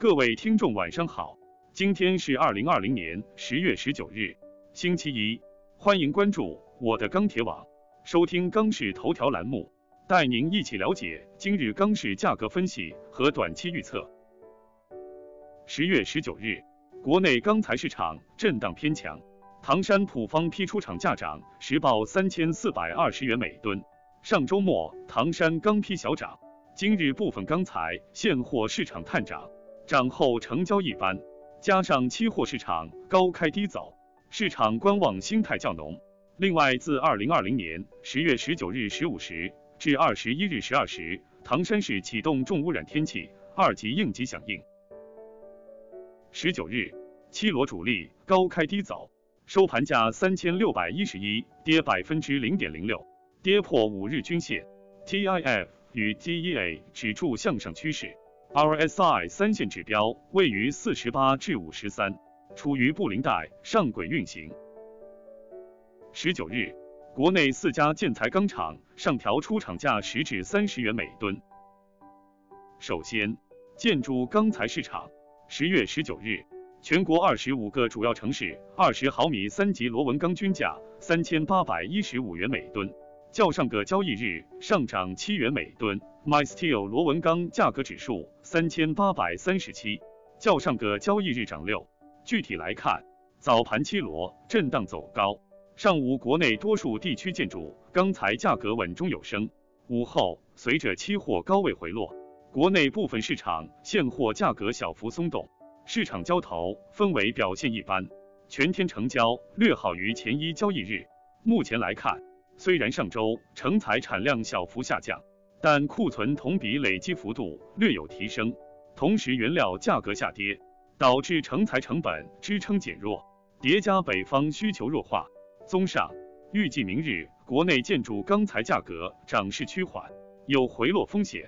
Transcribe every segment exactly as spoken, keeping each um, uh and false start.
各位听众晚上好，今天是二零二零年十月十九日，星期一，欢迎关注我的钢铁网，收听钢市头条栏目，带您一起了解今日钢市价格分析和短期预测。十月十九日，国内钢材市场震荡偏强，唐山普方批出厂价涨，实报三千四百二十元每吨。上周末唐山钢批小涨，今日部分钢材现货市场探涨，涨后成交一般，加上期货市场高开低走，市场观望心态较浓。另外，自二零二零年十月十九日十五时至二十一日十二时，唐山市启动重污染天气二级应急响应。十九日，七螺主力高开低走，收盘价三千六百一十一，跌百分之零点零六，跌破五日均线。T I F 与 T E A 止住向上趋势。R S I 三线指标位于四十八至五十三，处于布林带上轨运行。十九日，国内四家建材钢厂上调出厂价十至三十元每吨。首先，建筑钢材市场，十月十九日，全国二十五个主要城市二十毫米三级螺纹钢均价三千八百一十五元每吨，较上个交易日上涨七元每吨。MySteel 螺纹钢价格指数三千八百三十七，较上个交易日涨六。具体来看，早盘七螺震荡走高，上午国内多数地区建筑钢材价格稳中有升，午后随着期货高位回落，国内部分市场现货价格小幅松动，市场交投氛围表现一般，全天成交略好于前一交易日。目前来看，虽然上周成材产量小幅下降，但库存同比累积幅度略有提升，同时原料价格下跌，导致成材成本支撑减弱，叠加北方需求弱化。综上，预计明日国内建筑钢材价格涨势趋缓，有回落风险。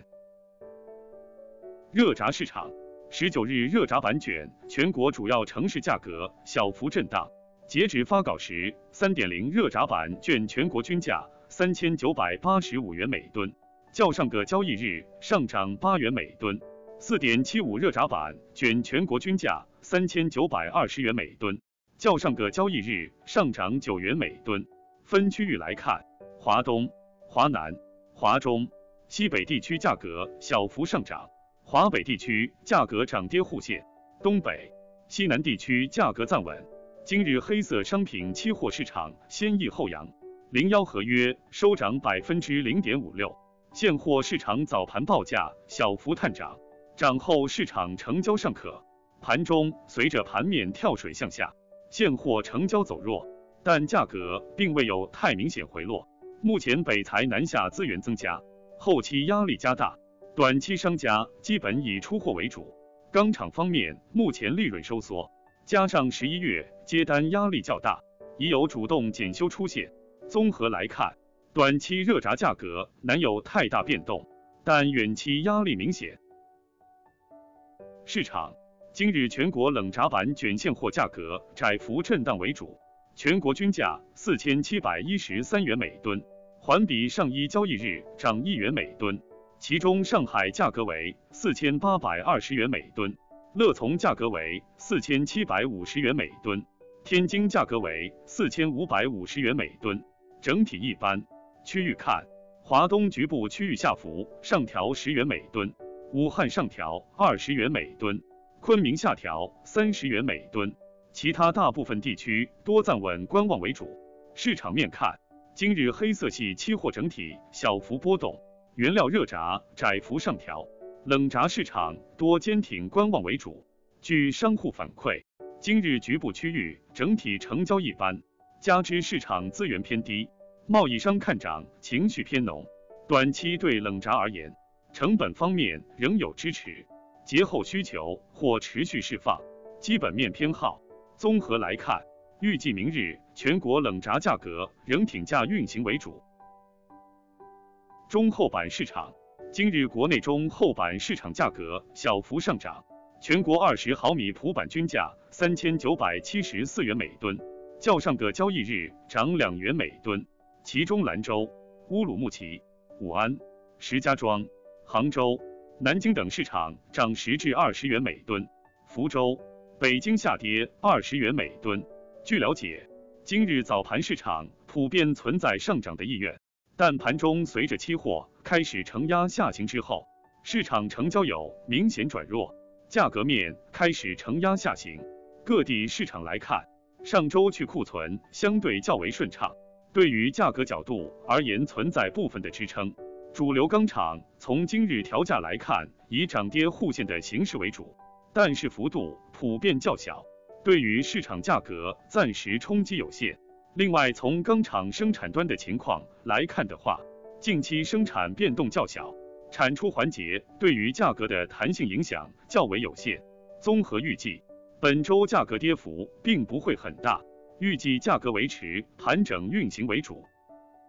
热轧市场，十九日热轧板卷全国主要城市价格小幅震荡，截止发稿时 三点零 热轧板卷全国均价三千九百八十五元每吨，较上个交易日上涨八元每吨。 四点七五 热轧板卷全国均价三千九百二十元每吨，较上个交易日上涨九元每吨。分区域来看，华东、华南、华中、西北地区价格小幅上涨，华北地区价格涨跌互现，东北、西南地区价格暂稳。今日黑色商品期货市场先抑后扬，零幺合约收涨百分之零点五六，现货市场早盘报价小幅探涨，涨后市场成交尚可。盘中随着盘面跳水向下，现货成交走弱，但价格并未有太明显回落。目前北材南下资源增加，后期压力加大，短期商家基本以出货为主。钢厂方面，目前利润收缩，加上十一月接单压力较大，已有主动检修出现。综合来看，短期热轧价格难有太大变动，但远期压力明显。市场，今日全国冷轧板卷现货价格窄幅震荡为主，全国均价四千七百一十三元每吨，环比上一交易日涨一元每吨。其中上海价格为四千八百二十元每吨，乐从价格为四千七百五十元每吨，天津价格为四千五百五十元每吨，整体一般。区域看，华东局部区域下浮上调十元每吨，武汉上调二十元每吨，昆明下调三十元每吨，其他大部分地区多暂稳观望为主。市场面看，今日黑色系期货整体小幅波动，原料热轧窄幅上调，冷轧市场多坚挺观望为主。据商户反馈，今日局部区域整体成交一般，加之市场资源偏低，贸易商看涨情绪偏浓，短期对冷轧而言，成本方面仍有支持，节后需求或持续释放，基本面偏好。综合来看，预计明日全国冷轧价格仍挺价运行为主。中厚板市场，今日国内中厚板市场价格小幅上涨，全国二十毫米普板均价三千九百七十四元每吨，较上个交易日涨两元每吨。其中兰州、乌鲁木齐、武安、石家庄、杭州、 南京等市场涨十至二十元每吨，福州、北京下跌二十元每吨。据了解，今日早盘市场普遍存在上涨的意愿，但盘中随着期货开始承压下行之后，市场成交有明显转弱，价格面开始承压下行。各地市场来看，上周去库存相对较为顺畅，对于价格角度而言存在部分的支撑。主流钢厂从今日调价来看，以涨跌互现的形式为主，但是幅度普遍较小，对于市场价格暂时冲击有限。另外，从钢厂生产端的情况来看的话，近期生产变动较小，产出环节对于价格的弹性影响较为有限。综合预计，本周价格跌幅并不会很大，预计价格维持盘整运行为主。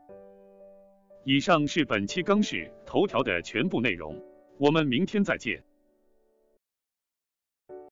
以上是本期钢市头条的全部内容，我们明天再见。